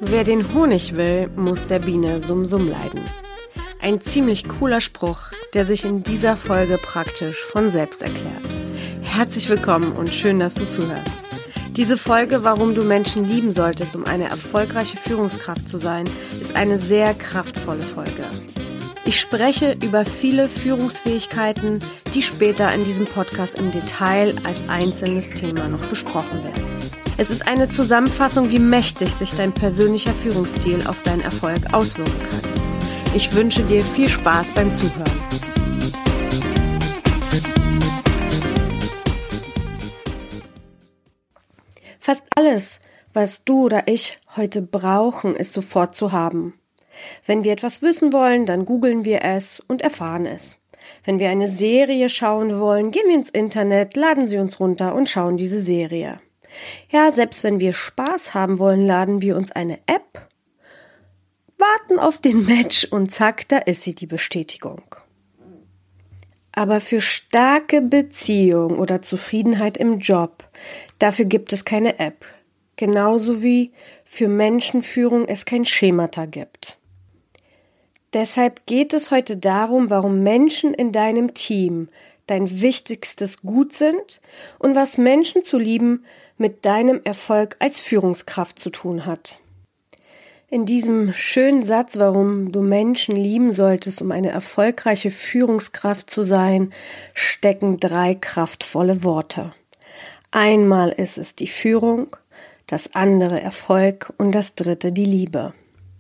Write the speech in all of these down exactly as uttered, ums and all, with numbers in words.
Wer den Honig will, muss der Biene Sumsum leiden. Ein ziemlich cooler Spruch, der sich in dieser Folge praktisch von selbst erklärt. Herzlich willkommen und schön, dass du zuhörst. Diese Folge, warum du Menschen lieben solltest, um eine erfolgreiche Führungskraft zu sein, ist eine sehr kraftvolle Folge. Ich spreche über viele Führungsfähigkeiten, die später in diesem Podcast im Detail als einzelnes Thema noch besprochen werden. Es ist eine Zusammenfassung, wie mächtig sich dein persönlicher Führungsstil auf deinen Erfolg auswirken kann. Ich wünsche dir viel Spaß beim Zuhören. Fast alles, was du oder ich heute brauchen, ist sofort zu haben. Wenn wir etwas wissen wollen, dann googeln wir es und erfahren es. Wenn wir eine Serie schauen wollen, gehen wir ins Internet, laden sie uns runter und schauen diese Serie. Ja, selbst wenn wir Spaß haben wollen, laden wir uns eine App, warten auf den Match und zack, da ist sie, die Bestätigung. Aber für starke Beziehung oder Zufriedenheit im Job, dafür gibt es keine App. Genauso wie für Menschenführung es kein Schemata gibt. Deshalb geht es heute darum, warum Menschen in deinem Team dein wichtigstes Gut sind und was Menschen zu lieben mit deinem Erfolg als Führungskraft zu tun hat. In diesem schönen Satz, warum du Menschen lieben solltest, um eine erfolgreiche Führungskraft zu sein, stecken drei kraftvolle Worte. Einmal ist es die Führung, das andere Erfolg und das dritte die Liebe.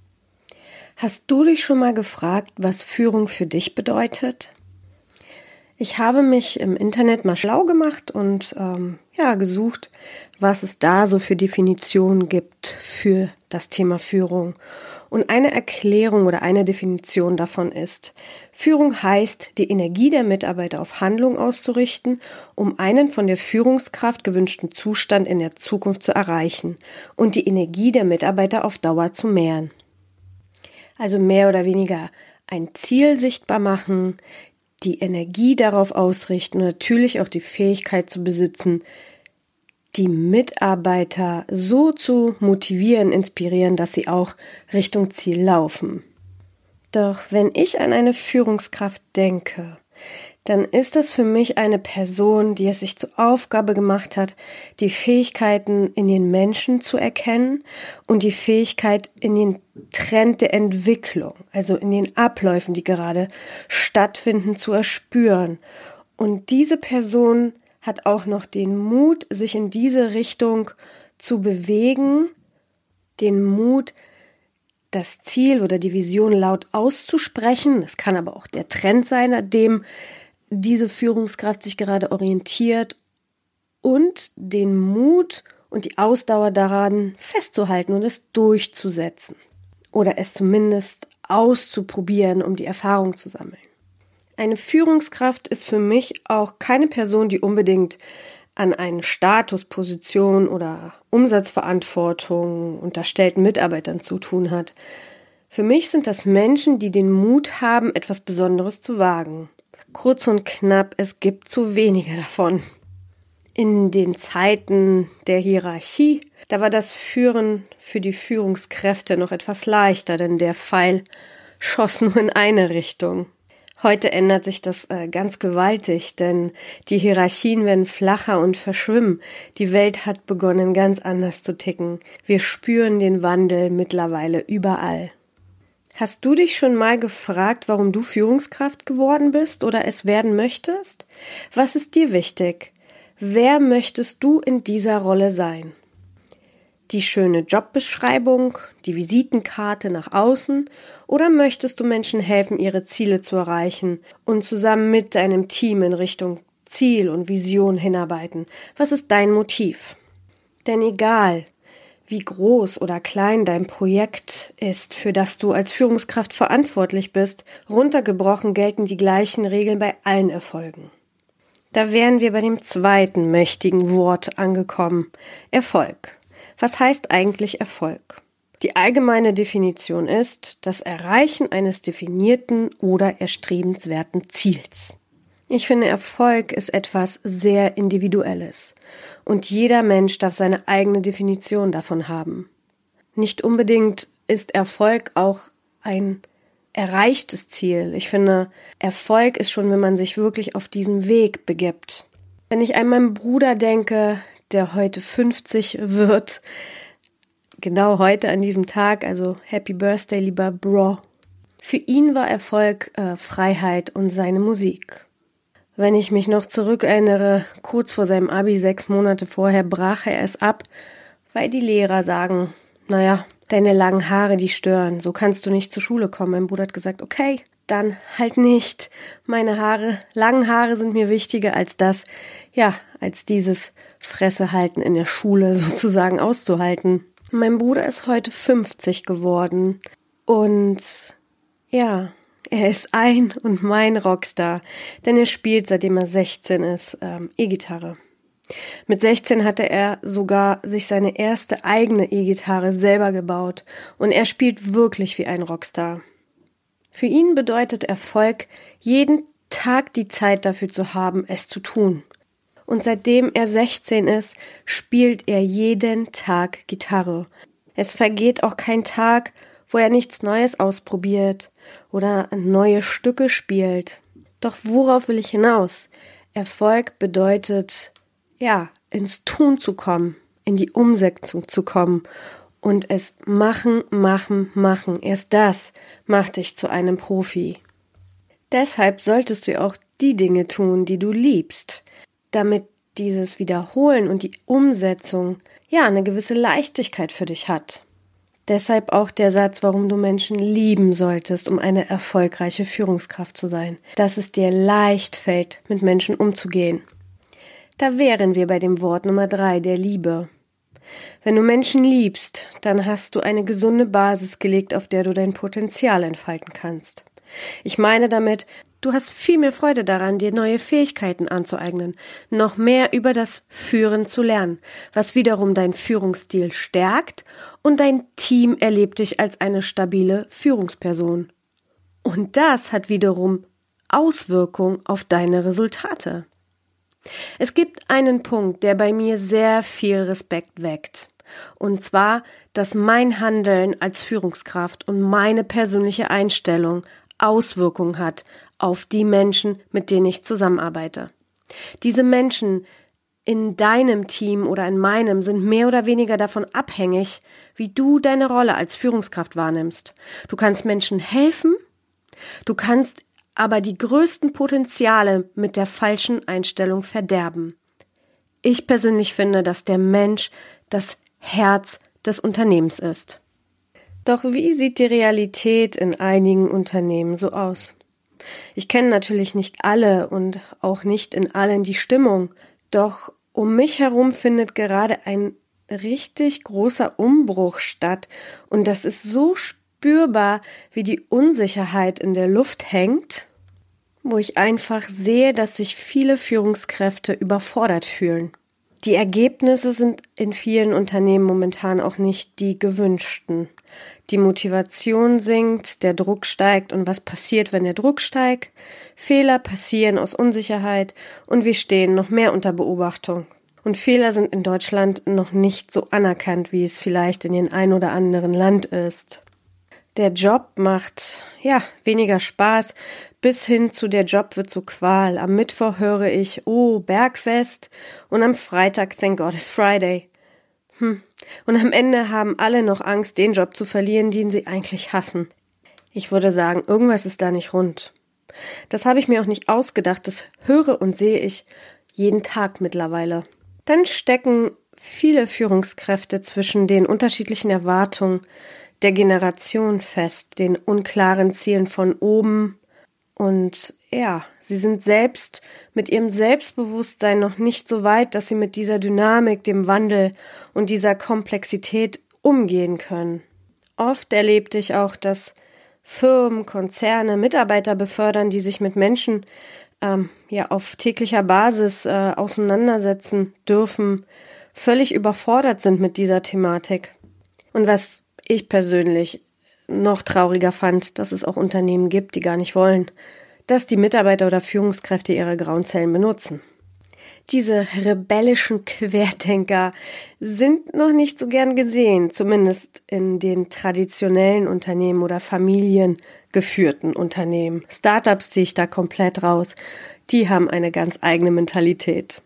Hast du dich schon mal gefragt, was Führung für dich bedeutet? Ich habe mich im Internet mal schlau gemacht und ähm, ja gesucht, was es da so für Definitionen gibt für das Thema Führung. Und eine Erklärung oder eine Definition davon ist: Führung heißt, die Energie der Mitarbeiter auf Handlung auszurichten, um einen von der Führungskraft gewünschten Zustand in der Zukunft zu erreichen und die Energie der Mitarbeiter auf Dauer zu mehren. Also mehr oder weniger ein Ziel sichtbar machen, die Energie darauf ausrichten und natürlich auch die Fähigkeit zu besitzen, die Mitarbeiter so zu motivieren, inspirieren, dass sie auch Richtung Ziel laufen. Doch wenn ich an eine Führungskraft denke, dann ist das für mich eine Person, die es sich zur Aufgabe gemacht hat, die Fähigkeiten in den Menschen zu erkennen und die Fähigkeit in den Trend der Entwicklung, also in den Abläufen, die gerade stattfinden, zu erspüren. Und diese Person hat auch noch den Mut, sich in diese Richtung zu bewegen, den Mut, das Ziel oder die Vision laut auszusprechen. Es kann aber auch der Trend sein, an dem diese Führungskraft sich gerade orientiert, und den Mut und die Ausdauer daran festzuhalten und es durchzusetzen oder es zumindest auszuprobieren, um die Erfahrung zu sammeln. Eine Führungskraft ist für mich auch keine Person, die unbedingt an eine Statusposition oder Umsatzverantwortung unterstellten Mitarbeitern zu tun hat. Für mich sind das Menschen, die den Mut haben, etwas Besonderes zu wagen. Kurz und knapp, es gibt zu wenige davon. In den Zeiten der Hierarchie, da war das Führen für die Führungskräfte noch etwas leichter, denn der Pfeil schoss nur in eine Richtung. Heute ändert sich das äh, ganz gewaltig, denn die Hierarchien werden flacher und verschwimmen. Die Welt hat begonnen, ganz anders zu ticken. Wir spüren den Wandel mittlerweile überall. Hast du dich schon mal gefragt, warum du Führungskraft geworden bist oder es werden möchtest? Was ist dir wichtig? Wer möchtest du in dieser Rolle sein? Die schöne Jobbeschreibung, die Visitenkarte nach außen, oder möchtest du Menschen helfen, ihre Ziele zu erreichen und zusammen mit deinem Team in Richtung Ziel und Vision hinarbeiten? Was ist dein Motiv? Denn egal, wie groß oder klein dein Projekt ist, für das du als Führungskraft verantwortlich bist, runtergebrochen gelten die gleichen Regeln bei allen Erfolgen. Da wären wir bei dem zweiten mächtigen Wort angekommen: Erfolg. Was heißt eigentlich Erfolg? Die allgemeine Definition ist das Erreichen eines definierten oder erstrebenswerten Ziels. Ich finde, Erfolg ist etwas sehr Individuelles und jeder Mensch darf seine eigene Definition davon haben. nicht unbedingt ist Erfolg auch ein erreichtes Ziel. Ich finde, Erfolg ist schon, wenn man sich wirklich auf diesen Weg begibt. Wenn ich an meinen Bruder denke, der heute fünfzig wird, genau heute an diesem Tag, also Happy Birthday, lieber Bro. Für ihn war Erfolg äh, Freiheit und seine Musik. Wenn ich mich noch zurückerinnere, kurz vor seinem Abi, sechs Monate vorher, brach er es ab, weil die Lehrer sagen, naja, deine langen Haare, die stören, so kannst du nicht zur Schule kommen. Mein Bruder hat gesagt, okay, dann halt nicht. Meine Haare, langen Haare sind mir wichtiger als das, ja, als dieses Fresse halten in der Schule sozusagen auszuhalten. Mein Bruder ist heute fünfzig geworden und ja, er ist ein und mein Rockstar, denn er spielt, seitdem er sechzehn ist, ähm, E-Gitarre. Mit sechzehn hatte er sogar sich seine erste eigene E-Gitarre selber gebaut und er spielt wirklich wie ein Rockstar. Für ihn bedeutet Erfolg, jeden Tag die Zeit dafür zu haben, es zu tun. Und seitdem er sechzehn ist, spielt er jeden Tag Gitarre. Es vergeht auch kein Tag, wo er nichts Neues ausprobiert oder neue Stücke spielt. Doch worauf will ich hinaus? Erfolg bedeutet, ja, ins Tun zu kommen, in die Umsetzung zu kommen und es machen, machen, machen. Erst das macht dich zu einem Profi. Deshalb solltest du auch die Dinge tun, die du liebst, damit dieses Wiederholen und die Umsetzung ja eine gewisse Leichtigkeit für dich hat. Deshalb auch der Satz, warum du Menschen lieben solltest, um eine erfolgreiche Führungskraft zu sein. Dass es dir leicht fällt, mit Menschen umzugehen. Da wären wir bei dem Wort Nummer drei, der Liebe. Wenn du Menschen liebst, dann hast du eine gesunde Basis gelegt, auf der du dein Potenzial entfalten kannst. Ich meine damit, du hast viel mehr Freude daran, dir neue Fähigkeiten anzueignen, noch mehr über das Führen zu lernen, was wiederum deinen Führungsstil stärkt und dein Team erlebt dich als eine stabile Führungsperson. Und das hat wiederum Auswirkungen auf deine Resultate. Es gibt einen Punkt, der bei mir sehr viel Respekt weckt. Und zwar, dass mein Handeln als Führungskraft und meine persönliche Einstellung Auswirkungen hat auf die Menschen, mit denen ich zusammenarbeite. Diese Menschen in deinem Team oder in meinem sind mehr oder weniger davon abhängig, wie du deine Rolle als Führungskraft wahrnimmst. Du kannst Menschen helfen, du kannst aber die größten Potenziale mit der falschen Einstellung verderben. Ich persönlich finde, dass der Mensch das Herz des Unternehmens ist. Doch wie sieht die Realität in einigen Unternehmen so aus? Ich kenne natürlich nicht alle und auch nicht in allen die Stimmung, doch um mich herum findet gerade ein richtig großer Umbruch statt und das ist so spürbar, wie die Unsicherheit in der Luft hängt, wo ich einfach sehe, dass sich viele Führungskräfte überfordert fühlen. Die Ergebnisse sind in vielen Unternehmen momentan auch nicht die gewünschten. Die Motivation sinkt, der Druck steigt und was passiert, wenn der Druck steigt? Fehler passieren aus Unsicherheit und wir stehen noch mehr unter Beobachtung. Und Fehler sind in Deutschland noch nicht so anerkannt, wie es vielleicht in dem ein oder anderen Land ist. Der Job macht, ja, weniger Spaß, bis hin zu der Job wird zur Qual. Am Mittwoch höre ich, oh, Bergfest und am Freitag, thank God it's Friday. Hm. Und am Ende haben alle noch Angst, den Job zu verlieren, den sie eigentlich hassen. Ich würde sagen, irgendwas ist da nicht rund. Das habe ich mir auch nicht ausgedacht, das höre und sehe ich jeden Tag mittlerweile. Dann stecken viele Führungskräfte zwischen den unterschiedlichen Erwartungen der Generation fest, den unklaren Zielen von oben und ja, sie sind selbst mit ihrem Selbstbewusstsein noch nicht so weit, dass sie mit dieser Dynamik, dem Wandel und dieser Komplexität umgehen können. Oft erlebte ich auch, dass Firmen, Konzerne, Mitarbeiter befördern, die sich mit Menschen ähm, ja auf täglicher Basis äh, auseinandersetzen dürfen, völlig überfordert sind mit dieser Thematik. Und was ich persönlich noch trauriger fand, dass es auch Unternehmen gibt, die gar nicht wollen, dass die Mitarbeiter oder Führungskräfte ihre grauen Zellen benutzen. Diese rebellischen Querdenker sind noch nicht so gern gesehen, zumindest in den traditionellen Unternehmen oder familiengeführten Unternehmen. Startups ziehe ich da komplett raus. Die haben eine ganz eigene Mentalität.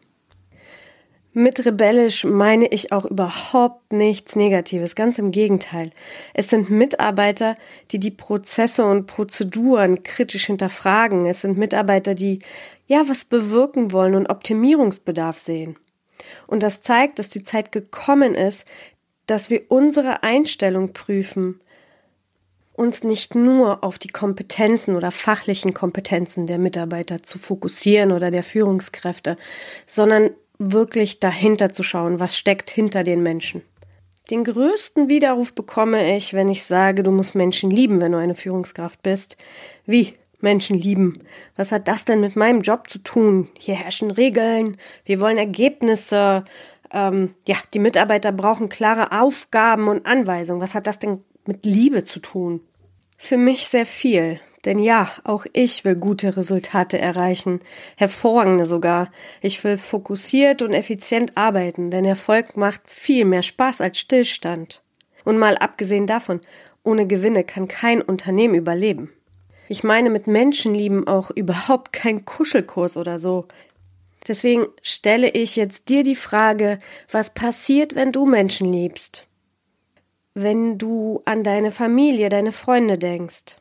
Mit rebellisch meine ich auch überhaupt nichts Negatives, ganz im Gegenteil. Es sind Mitarbeiter, die die Prozesse und Prozeduren kritisch hinterfragen. Es sind Mitarbeiter, die ja was bewirken wollen und Optimierungsbedarf sehen. Und das zeigt, dass die Zeit gekommen ist, dass wir unsere Einstellung prüfen, uns nicht nur auf die Kompetenzen oder fachlichen Kompetenzen der Mitarbeiter zu fokussieren oder der Führungskräfte, sondern wirklich dahinter zu schauen, was steckt hinter den Menschen. Den größten Widerruf bekomme ich, wenn ich sage, du musst Menschen lieben, wenn du eine Führungskraft bist. Wie? Menschen lieben. Was hat das denn mit meinem Job zu tun? Hier herrschen Regeln, wir wollen Ergebnisse, ähm, ja, die Mitarbeiter brauchen klare Aufgaben und Anweisungen. Was hat das denn mit Liebe zu tun? Für mich sehr viel. Denn ja, auch ich will gute Resultate erreichen, hervorragende sogar. Ich will fokussiert und effizient arbeiten, denn Erfolg macht viel mehr Spaß als Stillstand. Und mal abgesehen davon, ohne Gewinne kann kein Unternehmen überleben. Ich meine mit Menschenlieben auch überhaupt kein Kuschelkurs oder so. Deswegen stelle ich jetzt dir die Frage, was passiert, wenn du Menschen liebst? Wenn du an deine Familie, deine Freunde denkst?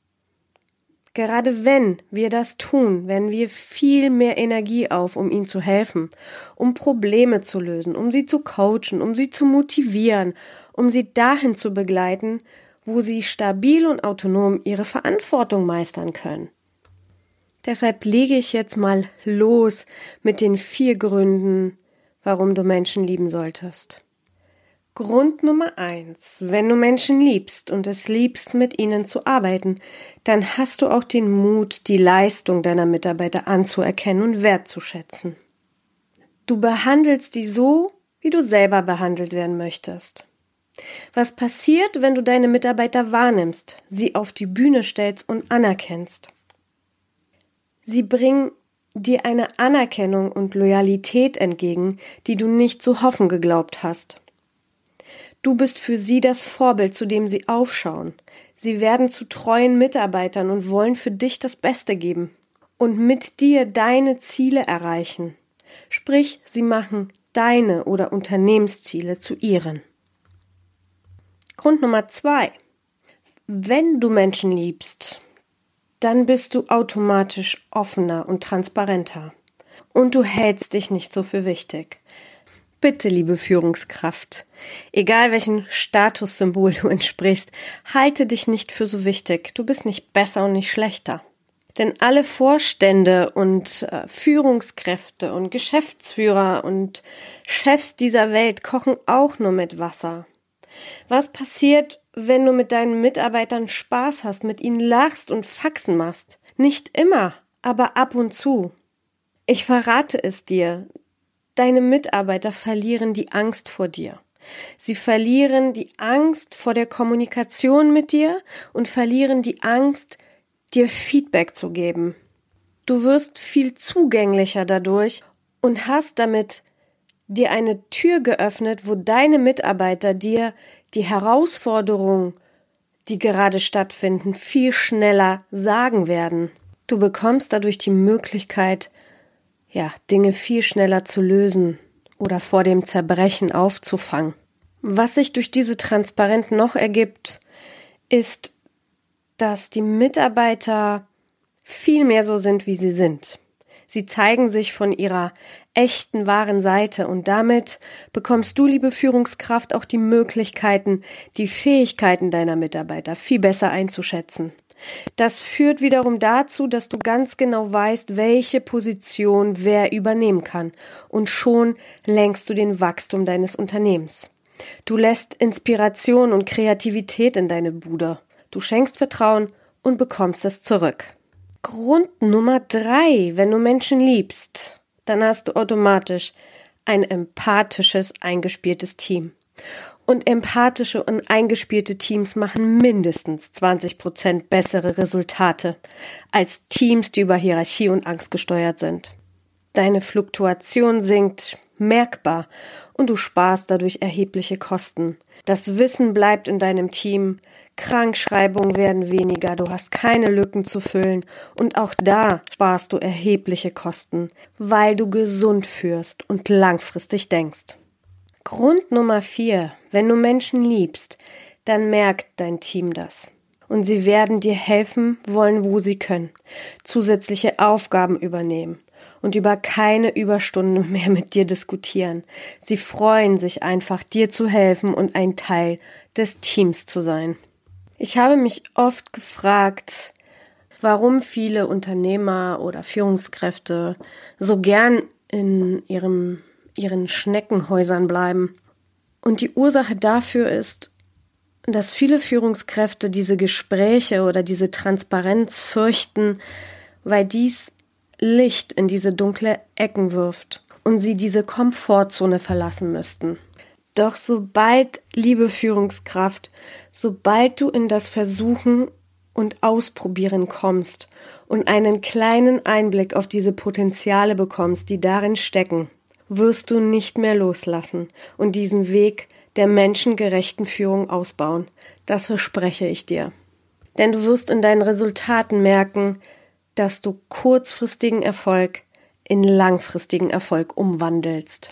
Gerade wenn wir das tun, wenden wir viel mehr Energie auf, um ihnen zu helfen, um Probleme zu lösen, um sie zu coachen, um sie zu motivieren, um sie dahin zu begleiten, wo sie stabil und autonom ihre Verantwortung meistern können. Deshalb lege ich jetzt mal los mit den vier Gründen, warum du Menschen lieben solltest. Grund Nummer eins. Wenn du Menschen liebst und es liebst, mit ihnen zu arbeiten, dann hast du auch den Mut, die Leistung deiner Mitarbeiter anzuerkennen und wertzuschätzen. Du behandelst die so, wie du selber behandelt werden möchtest. Was passiert, wenn du deine Mitarbeiter wahrnimmst, sie auf die Bühne stellst und anerkennst? Sie bringen dir eine Anerkennung und Loyalität entgegen, die du nicht zu hoffen geglaubt hast. Du bist für sie das Vorbild, zu dem sie aufschauen. Sie werden zu treuen Mitarbeitern und wollen für dich das Beste geben und mit dir deine Ziele erreichen. Sprich, sie machen deine oder Unternehmensziele zu ihren. Grund Nummer zwei. Wenn du Menschen liebst, dann bist du automatisch offener und transparenter. Und du hältst dich nicht so für wichtig. Bitte, liebe Führungskraft, egal welchen Statussymbol du entsprichst, halte dich nicht für so wichtig. Du bist nicht besser und nicht schlechter. Denn alle Vorstände und äh, Führungskräfte und Geschäftsführer und Chefs dieser Welt kochen auch nur mit Wasser. Was passiert, wenn du mit deinen Mitarbeitern Spaß hast, mit ihnen lachst und Faxen machst? Nicht immer, aber ab und zu. Ich verrate es dir. Deine Mitarbeiter verlieren die Angst vor dir. Sie verlieren die Angst vor der Kommunikation mit dir und verlieren die Angst, dir Feedback zu geben. Du wirst viel zugänglicher dadurch und hast damit dir eine Tür geöffnet, wo deine Mitarbeiter dir die Herausforderungen, die gerade stattfinden, viel schneller sagen werden. Du bekommst dadurch die Möglichkeit, ja, Dinge viel schneller zu lösen oder vor dem Zerbrechen aufzufangen. Was sich durch diese Transparenz noch ergibt, ist, dass die Mitarbeiter viel mehr so sind, wie sie sind. Sie zeigen sich von ihrer echten, wahren Seite und damit bekommst du, liebe Führungskraft, auch die Möglichkeiten, die Fähigkeiten deiner Mitarbeiter viel besser einzuschätzen. Das führt wiederum dazu, dass du ganz genau weißt, welche Position wer übernehmen kann und schon lenkst du den Wachstum deines Unternehmens. Du lässt Inspiration und Kreativität in deine Bude. Du schenkst Vertrauen und bekommst es zurück. Grund Nummer drei, wenn du Menschen liebst, dann hast du automatisch ein empathisches, eingespieltes Team. Und empathische und eingespielte Teams machen mindestens zwanzig Prozent bessere Resultate als Teams, die über Hierarchie und Angst gesteuert sind. Deine Fluktuation sinkt merkbar und du sparst dadurch erhebliche Kosten. Das Wissen bleibt in deinem Team, Krankschreibungen werden weniger, du hast keine Lücken zu füllen und auch da sparst du erhebliche Kosten, weil du gesund führst und langfristig denkst. Grund Nummer vier: Wenn du Menschen liebst, dann merkt dein Team das. Und sie werden dir helfen wollen, wo sie können, zusätzliche Aufgaben übernehmen und über keine Überstunde mehr mit dir diskutieren. Sie freuen sich einfach, dir zu helfen und ein Teil des Teams zu sein. Ich habe mich oft gefragt, warum viele Unternehmer oder Führungskräfte so gern in ihrem, ihren Schneckenhäusern bleiben. Und die Ursache dafür ist, dass viele Führungskräfte diese Gespräche oder diese Transparenz fürchten, weil dies Licht in diese dunkle Ecken wirft und sie diese Komfortzone verlassen müssten. Doch sobald, liebe Führungskraft, sobald du in das Versuchen und Ausprobieren kommst und einen kleinen Einblick auf diese Potenziale bekommst, die darin stecken, wirst du nicht mehr loslassen und diesen Weg der menschengerechten Führung ausbauen. Das verspreche ich dir. Denn du wirst in deinen Resultaten merken, dass du kurzfristigen Erfolg in langfristigen Erfolg umwandelst.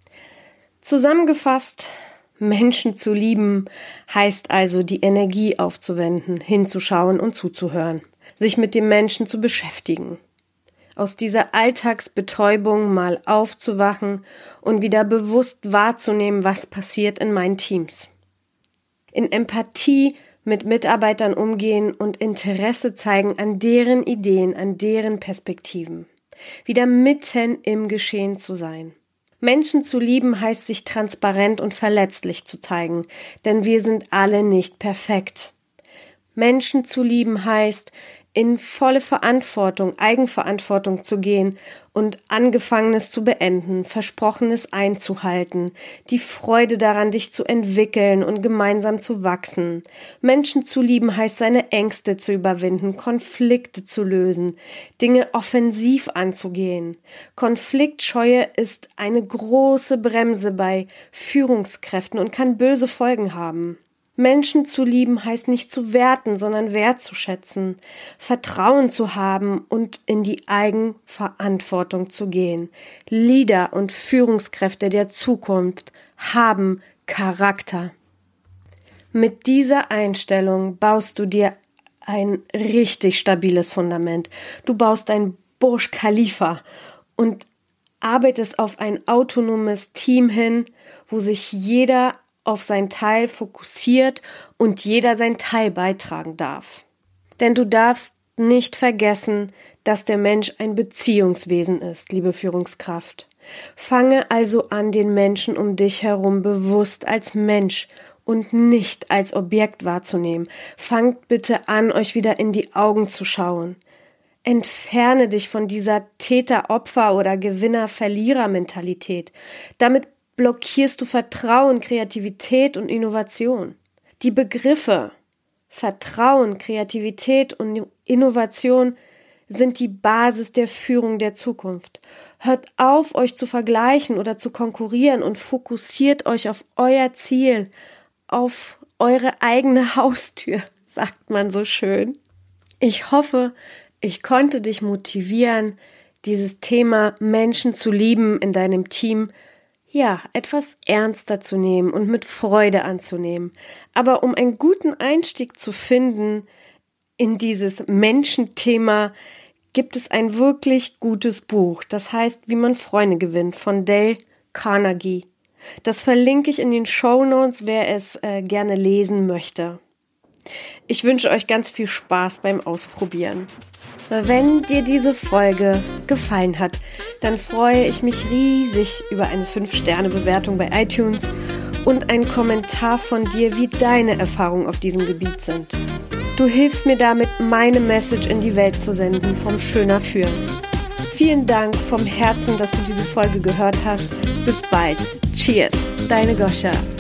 Zusammengefasst, Menschen zu lieben heißt also, die Energie aufzuwenden, hinzuschauen und zuzuhören, sich mit dem Menschen zu beschäftigen. Aus dieser Alltagsbetäubung mal aufzuwachen und wieder bewusst wahrzunehmen, was passiert in meinen Teams. In Empathie mit Mitarbeitern umgehen und Interesse zeigen an deren Ideen, an deren Perspektiven. Wieder mitten im Geschehen zu sein. Menschen zu lieben heißt, sich transparent und verletzlich zu zeigen, denn wir sind alle nicht perfekt. Menschen zu lieben heißt, in volle Verantwortung, Eigenverantwortung zu gehen und Angefangenes zu beenden, Versprochenes einzuhalten, die Freude daran, dich zu entwickeln und gemeinsam zu wachsen. Menschen zu lieben heißt, seine Ängste zu überwinden, Konflikte zu lösen, Dinge offensiv anzugehen. Konfliktscheue ist eine große Bremse bei Führungskräften und kann böse Folgen haben. Menschen zu lieben heißt nicht zu werten, sondern wertzuschätzen, Vertrauen zu haben und in die Eigenverantwortung zu gehen. Leader und Führungskräfte der Zukunft haben Charakter. Mit dieser Einstellung baust du dir ein richtig stabiles Fundament. Du baust ein Burj Khalifa und arbeitest auf ein autonomes Team hin, wo sich jeder auf sein Teil fokussiert und jeder sein Teil beitragen darf. Denn du darfst nicht vergessen, dass der Mensch ein Beziehungswesen ist, liebe Führungskraft. Fange also an, den Menschen um dich herum bewusst als Mensch und nicht als Objekt wahrzunehmen. Fangt bitte an, euch wieder in die Augen zu schauen. Entferne dich von dieser Täter-Opfer- oder Gewinner-Verlierer-Mentalität. Damit blockierst du Vertrauen, Kreativität und Innovation. Die Begriffe Vertrauen, Kreativität und Innovation sind die Basis der Führung der Zukunft. Hört auf, euch zu vergleichen oder zu konkurrieren und fokussiert euch auf euer Ziel, auf eure eigene Haustür, sagt man so schön. Ich hoffe, ich konnte dich motivieren, dieses Thema Menschen zu lieben in deinem Team ja, etwas ernster zu nehmen und mit Freude anzunehmen. Aber um einen guten Einstieg zu finden in dieses Menschenthema, gibt es ein wirklich gutes Buch. Das heißt, wie man Freunde gewinnt, von Dale Carnegie. Das verlinke ich in den Shownotes, wer es äh, gerne lesen möchte. Ich wünsche euch ganz viel Spaß beim Ausprobieren. Wenn dir diese Folge gefallen hat, dann freue ich mich riesig über eine fünf Sterne Bewertung bei iTunes und einen Kommentar von dir, wie deine Erfahrungen auf diesem Gebiet sind. Du hilfst mir damit, meine Message in die Welt zu senden vom Schöner Führen. Vielen Dank vom Herzen, dass du diese Folge gehört hast. Bis bald. Cheers, deine Goscha.